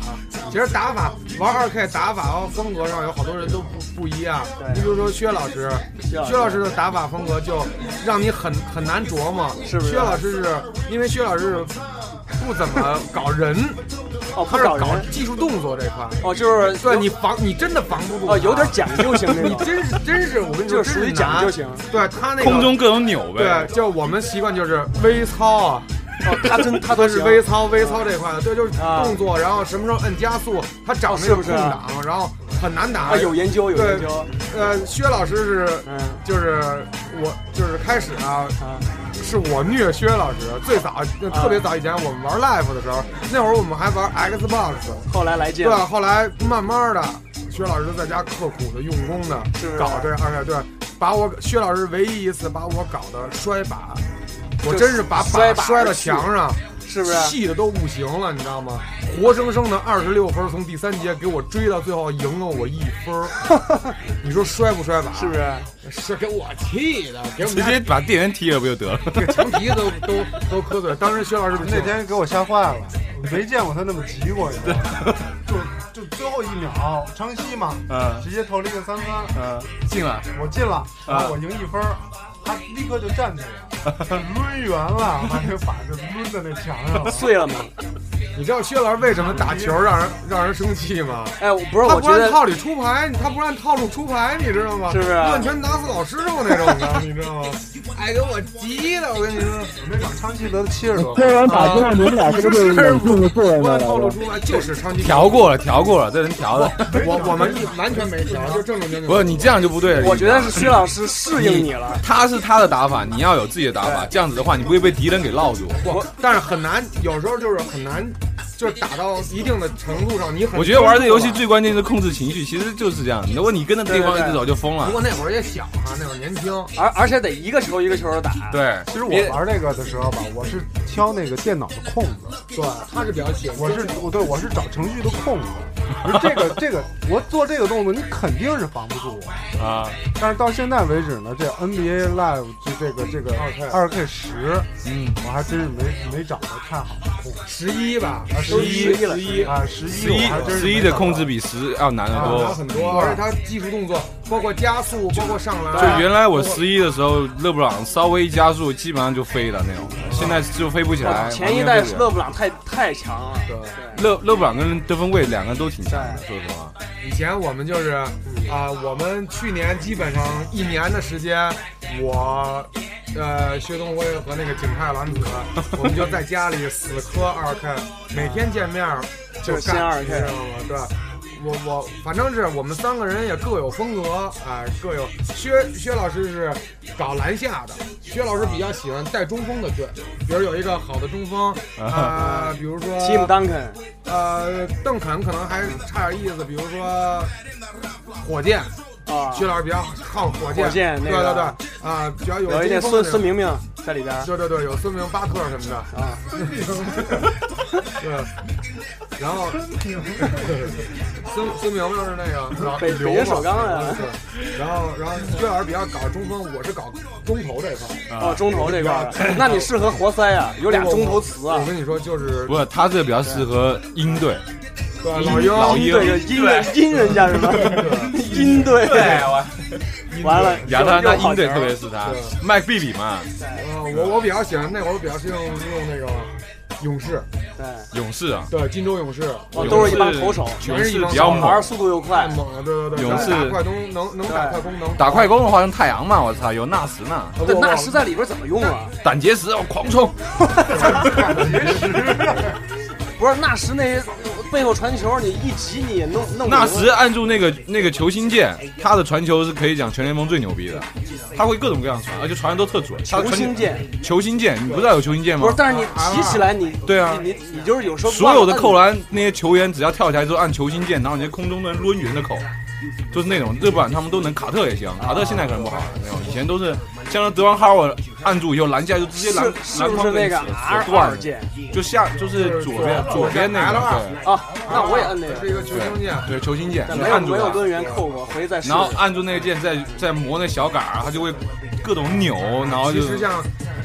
其实打法玩二 K 打法和风格上有好多人都不不一样。你比如说薛老师，薛老师的打法风格就让你很很难琢磨， 是不是？ 薛老师是因为薛老师不怎么搞人。 哦， 他是搞技术动作这块， 哦，就是对你防，你真的防不住， 哦，有点讲究型那种，你真是真是，我跟你说， 就是属于讲究型。 对他那个空中各种扭呗， 对，就我们习惯就是微操啊， 哦，他真他都是微操微操这块的，对，就是动作，然后什么时候摁加速，他找那个空档，然后很难打。 有研究有研究。 呃，薛老师是，就是我就是开始啊。是我虐薛老师，最早特别早以前我们玩 live 的时候，那会儿我们还玩 Xbox， 后来来劲， 对，后来慢慢的，薛老师在家刻苦的用功的搞这二 K， 对，把我薛老师唯一一次把我搞的摔把，我真是把把摔到墙上， 是不是气的都不行了，你知道吗？活生生的二十六分，从第三节给我追到最后，赢了我一分。你说摔不摔把？ 是不是？ 是给我气的，给我直接把店员踢了不就得了？ 这墙皮都都都磕碎。当时薛老师那天给我吓坏了，没见过他那么急过，你知道吗？就就最后一秒，昌西嘛，嗯，直接投了一个三分， 嗯，进了， 我进了，然后我赢一分，他立刻就站起来了，抡圆了，把这把就抡在那墙上了， 碎了吗？ 你知道薛老师为什么打球让人让人生气吗？ 哎，不是， 他不按套里出牌，他不按套路出牌，你知道吗？ 是不是？ 乱拳打死老师傅那种的，你知道吗？哎，给我急的，我跟你说，我那场昌西得了七十多。 虽然打进来，你们俩是不是忍住了坐在那儿？不按套路出牌就是昌西调过了，调过了，这人调的。 我我们完全没调，就正正经经。 不是你这样就不对了。 我觉得是薛老师适应你了， 他是他的打法，你要有自己的打法，这样子的话，你不会被敌人给烙住。 我但是很难，有时候就是很难。就是打到一定的程度上，你很。 我觉得玩这游戏最关键是控制情绪，其实就是这样。如果你跟着对方一直走，就疯了。 不过那会儿也小啊，那会儿年轻， 而而且得一个球一个球的打。 对， 其实我玩这个的时候吧，我是挑那个电脑的控制。 对，他是比较喜欢。 我是我对我是找程序的控制。这个这个，我做这个动作，你肯定是防不住我啊。 但是到现在为止呢，这 N B A Live 就这个这个二 K 十，嗯，我还真是没没找到太好的控制。 十一吧。 十一十一啊，十一， 十一，十一的控制比十要难得多， 难很多，而且它技术动作，包括加速，包括上篮。 就原来我十一的时候，勒布朗稍微一加速，基本上就飞了那种，现在就飞不起来。 前一代勒布朗太太强了， 对， 勒勒布朗跟得分位两个人都挺强的，说实话。 以前我们就是啊，我们去年基本上一年的时间，我。呃，薛东辉和那个景泰蓝子，我们就在家里死磕二 K， 每天见面就干二 K， 知道吗？对，我我反正是我们三个人也各有风格，哎、呃，各有。薛薛老师是搞篮下的，薛老师比较喜欢带中锋的队，比如有一个好的中锋，啊、呃，比如说 Tim Duncan， 呃，邓肯可能还差点意思，比如说火箭。啊，薛老师比较靠火箭， 火箭那个， 对对对，啊，比较有有一点孙孙明明在里边， 对对对，有孙明、巴特什么的啊，对，然后孙孙明明是那个北北京首钢的， 然后然后薛老师比较搞中锋，我是搞中投这块， 哦，中投这块，那你适合活塞啊，有俩中投词啊， 我跟你说就是， 不是他这个比较适合鹰队。 老鹰， 老鹰， 对，鹰人，鹰人家什么？鹰队，完了， 亚特兰大鹰队特别是他，麦克比比嘛。 呃，我我比较喜欢那会儿，我比较喜欢用用那个勇士， 对， 勇士啊， 对，金州勇士， 哦，都是一帮投手， 全是一帮比较猛， 速度又快， 猛了，对对对， 勇士打快攻能能打快攻能打快攻的话用太阳嘛，我操，有纳什呢？ 对，纳什在里边怎么用啊？ 胆结石，我狂冲， 胆结石。 不是纳什那背后传球，你一急你也弄弄。 纳什按住那个那个球星键，他的传球是可以讲全联盟最牛逼的，他会各种各样传，而且传的都特准。 球星键， 球星键，你不知道有球星键吗？ 不是，但是你提起来你， 对啊， 你你就是有时候所有的扣篮那些球员只要跳起来之后按球星键，然后你在空中能抡圆的扣。就是那种，日本他们都能，卡特也行，卡特现在可能不好了，没有，以前都是像德王哈尔按住以后篮下就直接篮篮筐那个 R 二键， 就下就是左边左边那个对啊，那我也摁那个， 是一个球星键， 对球星键， 没有没有抡圆扣过，回去再试。 然后按住那个键，再再磨那小杆儿，它就会各种扭，然后就其实像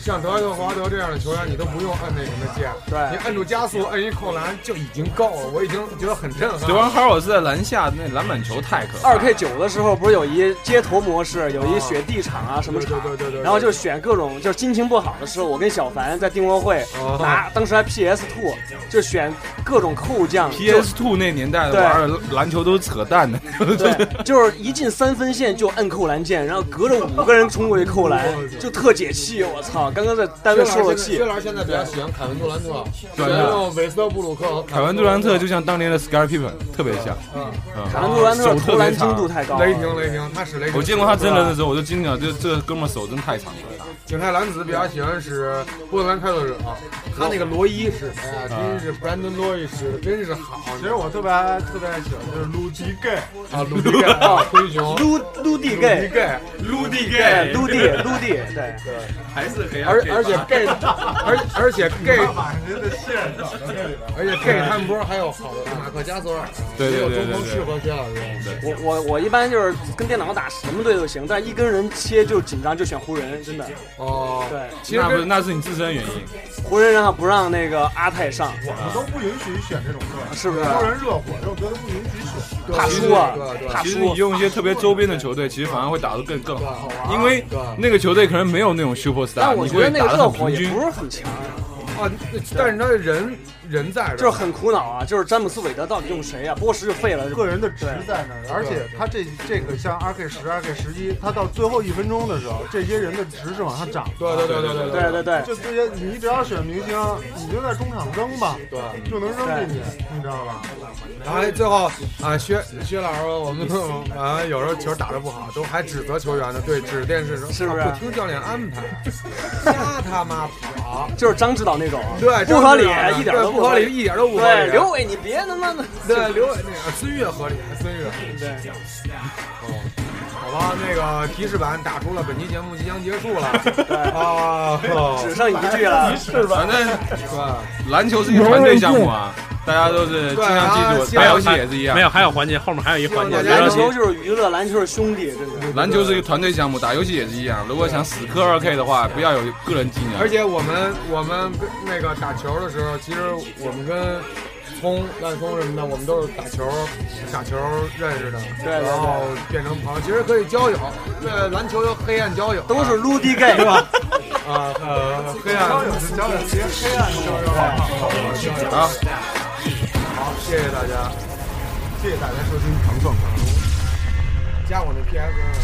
像德怀特·霍华德这样的球员，你都不用按那什么键， 对， 你按住加速，按一扣篮就已经够了，我已经觉得很震撼。 德怀特·霍华德在篮下那篮板球太可怕。 二 K 九的时候不是有一街头模式，有一雪地场啊什么场， 对对对对， 然后就选各种，就是心情不好的时候，我跟小凡在订货会拿，当时还 P S 二，就选各种扣将。 P S 二 那年代的玩篮球都是扯淡的， 对，就是一进三分线就摁扣篮键，然后隔着五个人冲过去扣篮，就特解气。我操！刚刚在单位受了气。 薛老师现在比较喜欢凯文杜兰特，然后韦斯特布鲁克和凯文杜兰特就像当年的 Scottie Pippen 特别像。 嗯，凯文杜兰特投篮精度太高。 雷霆雷霆，他使雷霆。 我见过他真人的时候，我就惊了，这这哥们手真太长了。 景泰蓝子比较喜欢使波特兰开拓者，他那个罗伊使的呀，真是 Brandon Roy 使的真是好。 其实我特别爱特别爱喜欢就是卢迪盖啊，卢迪盖啊，灰熊， 卢卢迪盖， 卢迪盖， 卢迪卢迪，对对， 还是黑而而且 gay， 而而且 gay， 把人的线找到这里边， 而且 gay 他们不是还有好的马克加索尔， 对对对对， 中锋适合薛老师。 我我我一般就是跟电脑打什么队都行，但一跟人切就紧张，就选湖人，真的。 哦， 对， 其实那不是那是你自身原因。 湖人让他不让那个阿泰上， 我们都不允许选这种队， 是不是？ 超人热火这种队都不允许选， 怕输啊，怕输。 其实你用一些特别周边的球队，其实反而会打得更更好，因为那个球队可能没有那种 super star， 但我觉得那个热火也不是很强啊，但是他人。人在这就是很苦恼啊，就是詹姆斯韦德到底用谁啊？波什就废了， 个人的值在那儿，而且他这这个像二 K 十、二 K 十一，他到最后一分钟的时候，这些人的值是往上涨。 对对对对对对对对， 就这些，你只要选明星，你就在中场扔吧，对，就能扔进去，你知道吧？ 然后最后啊，薛薛老师，我们啊有时候球打得不好，都还指责球员呢，对，指电视是不是不听教练安排，瞎他妈跑， 就是张指导那种， 对， 不合理，一点都不合理，一点都不。 对，刘伟，你别他妈的！ 对，刘伟那个孙悦合理，孙悦对。 哦，好吧，那个提示板打出了，本期节目即将结束了。对啊， 只剩一句了。 提示板，反正对，篮球是一个团队项目啊，大家都是尽量记住。打游戏也是一样， 没有，还有环节，后面还有一环节。 篮球就是娱乐，篮球是兄弟，真的。 篮球是一个团队项目，打游戏也是一样。如果想死磕二 K 的话，不要有个人技能。 而且我们我们跟那个打球的时候，其实我们跟。葱、烂葱什么的，我们都是打球、打球认识的， 对， 然后变成朋友。其实可以交友，对，篮球有黑暗交友， 都是撸地 gay 是吧？ 啊，呃，黑暗交友是交友，别黑暗交友。 好，好，谢谢大家， 谢谢大家收听糖蒜糖。 加我那 P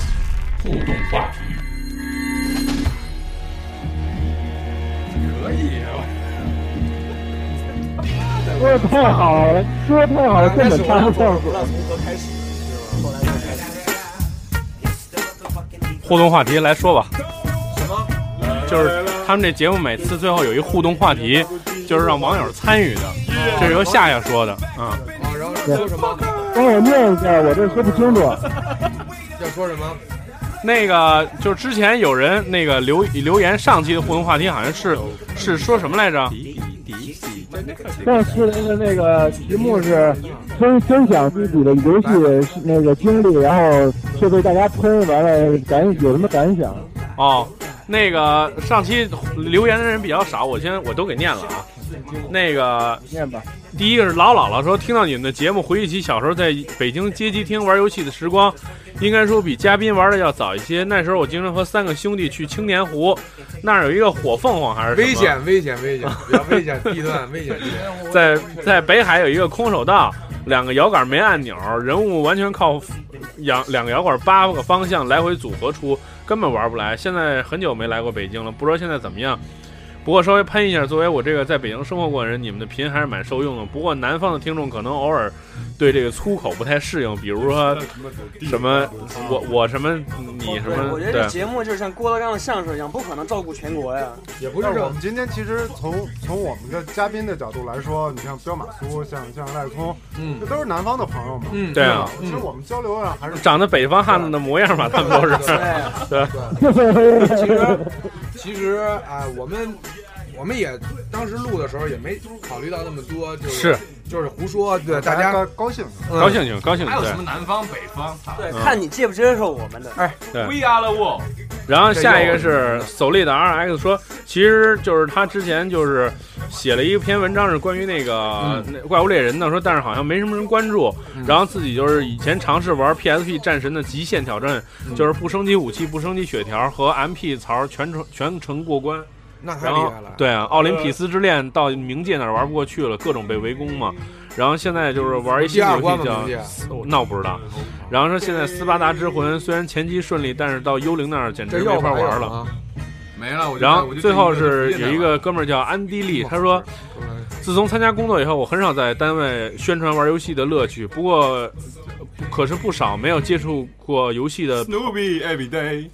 S 互动话题，可以。 说的太好了，说的太好了，根本插不上嘴。 互动话题来说吧。 什么？ 就是他们这节目每次最后有一互动话题，就是让网友参与的，这是由夏夏说的。嗯。 啊，然后说什么？ 帮我念一下，我这说不清楚。 要说什么？ 那个就是之前有人那个留留言，上期的互动话题好像是是说什么来着？ 上次那个那个题目是分分享自己的游戏那个经历，然后却被大家喷，完了感有什么感想？ 哦，那个上期留言的人比较少，我先我都给念了啊。那个念吧。 第一个是老姥姥说，听到你们的节目，回忆起小时候在北京街机厅玩游戏的时光，应该说比嘉宾玩的要早一些。那时候我经常和三个兄弟去青年湖，那儿有一个火凤凰还是什么危险危险危险，比较危险地段危险地段。 在在北海有一个空手道，两个摇杆没按钮，人物完全靠两两个摇杆八个方向来回组合出，根本玩不来。现在很久没来过北京了，不知道现在怎么样。不过稍微喷一下，作为我这个在北京生活过的人，你们的频还是蛮受用的。不过南方的听众可能偶尔对这个粗口不太适应，比如说什么我我什么你什么。 我觉得这节目就是像郭德纲的相声一样，不可能照顾全国呀。 也不是我们今天其实从从我们的嘉宾的角度来说，你像彪马苏，像像赖聪，嗯，这都是南方的朋友嘛。 嗯，对啊。 其实我们交流啊，还是长得北方汉子的模样吧，他们都是。 对对。其实其实啊，我们。我们也当时录的时候也没考虑到那么多，就是就是胡说，对大家高兴， 高兴就高兴。 还有什么南方北方？ 对，看你接不接受我们的。 哎 ，We are the world。 然后下一个是手力的 R X 说，其实就是他之前就是写了一篇文章是关于那个、嗯、那怪物猎人的，说但是好像没什么人关注、嗯，然后自己就是以前尝试玩 P S P 战神的极限挑战，嗯、就是不升级武器、不升级血条和 M P 槽全程全程过关。 那太厉害了。 对啊，奥林匹斯之恋到冥界那儿玩不过去了，各种被围攻嘛。然后现在就是玩一新游戏叫，那我不知道。然后说现在斯巴达之魂虽然前期顺利，但是到幽灵那儿简直没法玩了。 没了。 然后最后是有一个哥们儿叫安迪利，他说，自从参加工作以后，我很少在单位宣传玩游戏的乐趣。不过，可是不少没有接触过游戏的 Snoopy every day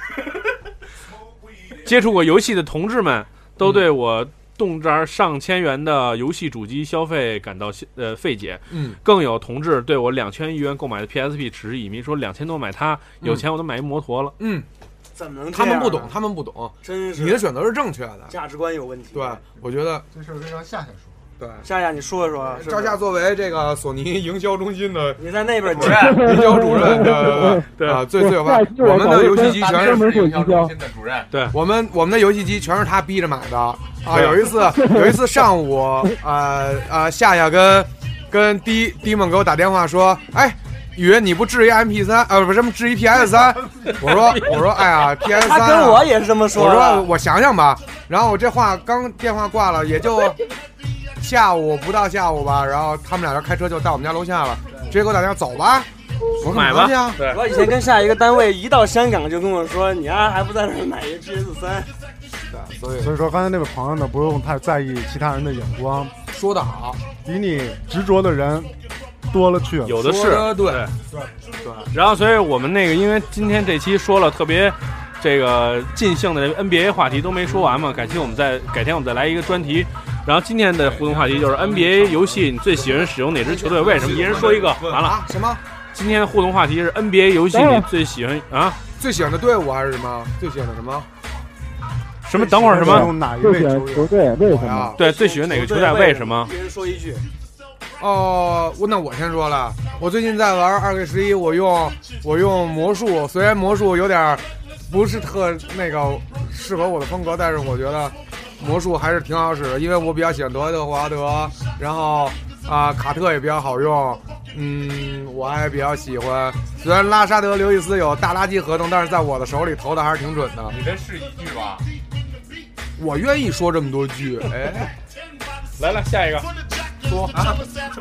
接触过游戏的同志们都对我动辄上千元的游戏主机消费感到呃费解。 嗯， 更有同志对我两千亿元购买的 P S P 嗤之以鼻，说两千多买它，有钱我都买一摩托了。 嗯。 怎么能、啊？ 他们不懂，他们不懂， 真是你的选择是正确的， 价值观有问题。 对，我觉得这事儿得让夏夏说。 对， 夏夏你说说。 赵夏作为这个索尼营销中心的， 你在那边主任，营销主任的，对啊，最最有办法。我们的游戏机全是营销中心的主任。 对， 我们我们的游戏机全是他逼着买的啊。有一次，有一次上午，呃呃，夏夏跟跟迪迪梦给我打电话说，哎。宇，你不质疑 M P 三，呃，不是什么质疑 P S 三？我说，我说，哎呀 ，P S 三、啊， 他跟我也是这么说。 我说，我想想吧。然后我这话刚电话挂了，也就下午不到下午吧。然后他们俩人开车就到我们家楼下了，直接给我打电话，走吧，我买吧。 对，我以前跟下一个单位一到香港就跟我说，你啊还不在那儿买一个 P S 三。 对，所以所以说刚才那位朋友呢，不用太在意其他人的眼光。 说得好， 比你执着的人。多了去了， 有的是， 对对对对。然后，所以我们那个，因为今天这期说了特别这个尽兴的 N B A 话题都没说完嘛，改天我们再改天我们再来一个专题。然后今天的互动话题就是 N B A 游戏，你最喜欢使用哪支球队？为什么？一人说一个，完了。 啊、什么？ 今天的互动话题是 N B A 游戏，你最喜欢啊？ 最喜欢的队伍还是什么？最喜欢的什么？ 什么？等会儿什么？ 哪一位球队？为什么？ 对，最喜欢哪个球队？为什么？ 一人说一句。 哦，那我先说了，我最近在玩二 K 十一，我用我用魔术，虽然魔术有点不是特那个适合我的风格，但是我觉得魔术还是挺好使的，因为我比较喜欢德特霍华德，然后啊、呃、卡特也比较好用，嗯，我还比较喜欢，虽然拉沙德刘易斯有大垃圾合同，但是在我的手里投的还是挺准的。 你这是一句吧？ 我愿意说这么多句，哎， 来了，下一个。说啊，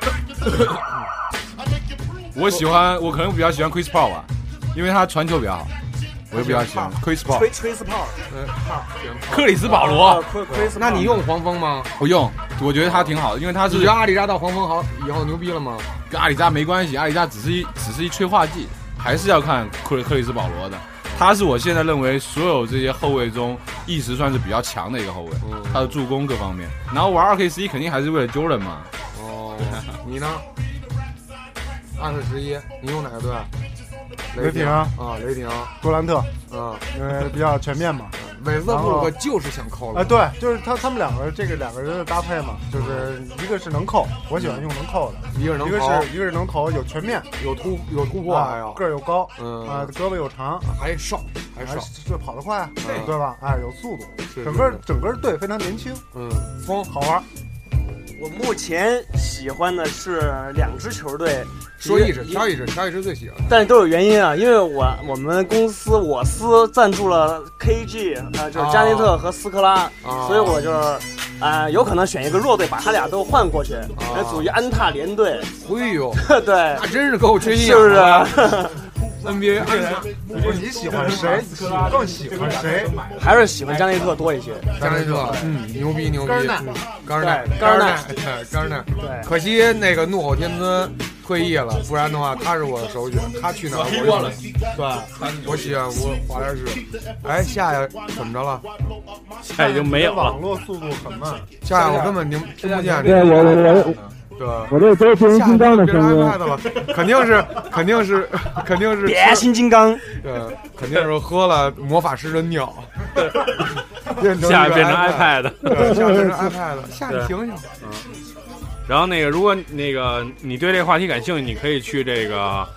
我喜欢，我可能比较喜欢 Chris Paul 吧，因为他传球比较好，我就比较喜欢 Chris Paul。 吹吹斯炮， 嗯， 克里斯保罗。 那你用黄蜂吗？ 我用，我觉得他挺好的，因为他是。 你觉得阿里扎到黄蜂好以后牛逼了吗？ 跟阿里扎没关系，阿里扎只是一只是一催化剂，还是要看克克里斯保罗的。他是我现在认为所有这些后卫中意识算是比较强的一个后卫，嗯、他的助攻各方面。然后玩二 K 十一肯定还是为了 Jordan 嘛。 哦，你呢？二 K 十一，你用哪个队？ 雷霆啊，雷霆， 杜兰特， 啊， 因为比较全面嘛。 韦斯特布鲁克就是想扣了， 哎，对，就是他他们两个这个两个人的搭配嘛，就是一个是能扣，我喜欢用能扣的， 一个是能一个是一个是能投，有全面， 有突有突破，还有个儿又高， 嗯啊，胳膊又长， 还瘦，还瘦， 就跑得快，对吧？哎，有速度，整个整个队非常年轻， 嗯， 风好玩。 我目前喜欢的是两支球队， 说一支，挑一支，挑一支最喜欢， 但是都有原因啊。因为我我们公司我司赞助了 K G 啊、呃，就是加内特和斯科拉， 啊、 所以我就是啊、呃，有可能选一个弱队，把他俩都换过去，来、啊、组一安踏联队。 哎呦， 对， 那真是够军是不是 ？N B A 安踏， 你喜欢谁？更喜欢谁？ 还是喜欢加内特多一些。 加内特，嗯，牛逼牛逼。 甘奈， 甘奈， 甘奈， 甘奈。 对， 可惜那个怒吼天尊退役了，不然的话他是我的首选。他去哪儿我了？ 对，我喜欢我华莱士。哎，夏夏怎么着了？ 夏已经没有了。 网络速度很慢。 夏夏我根本听听不见。 对，我我。 对， 我这都是变形金刚的声音， 肯定是，肯定是，肯定是变形金刚。 对，肯定是喝了魔法师的尿， 下变成 iPad， 下变成 iPad， 下你醒醒。 嗯。然后那个，如果那个你对这个话题感兴趣，你可以去这个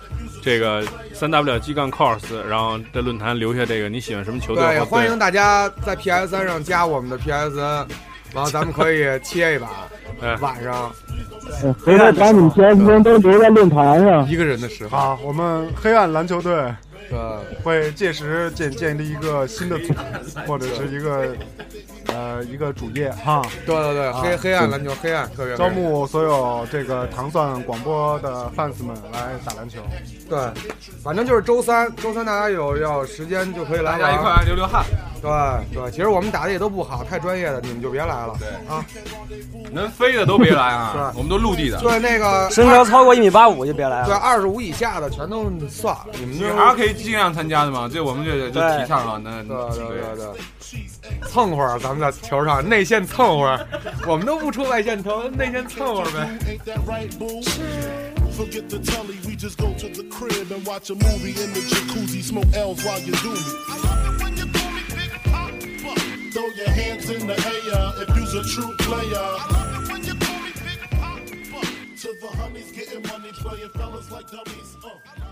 这个三 W 机杠 cos， 然后在论坛留下这个你喜欢什么球队。 对，欢迎大家在 P S 三 上加我们的 P S N， 然后咱们可以切一把，晚上。 回头把你们 P S 三都留在论坛上。 一个人的时候。 好，我们黑暗篮球队。 对， 会届时建建立一个新的组，或者是一个呃一个主页哈。 对对对，黑、啊、黑暗篮球，黑暗特别招募所有这个糖蒜广播的 fans 们来打篮球。 对，反正就是周三，周三大家有要时间就可以来， 大家一块来流流汗。 对对，其实我们打的也都不好，太专业的你们就别来了。 对啊， 能飞的都别来啊，我们都陆地的。 对，那个身高超过一米八五就别来了。 对，二十五以下的全都算了。你们女孩可以尽量参加的嘛，这我们就就提倡了。那对对对对，蹭会儿，咱们在球上内线蹭会儿，我们都不出外线投，内线蹭会儿呗。 Forget the telly, we just go to the crib and watch a movie in the jacuzzi, smoke L's while you do me. I love it when you call me Big Papa. Throw your hands in the air if you's a true player. I love it when you call me Big Papa. To the honeys getting money, playing fellas like dummies. Uh.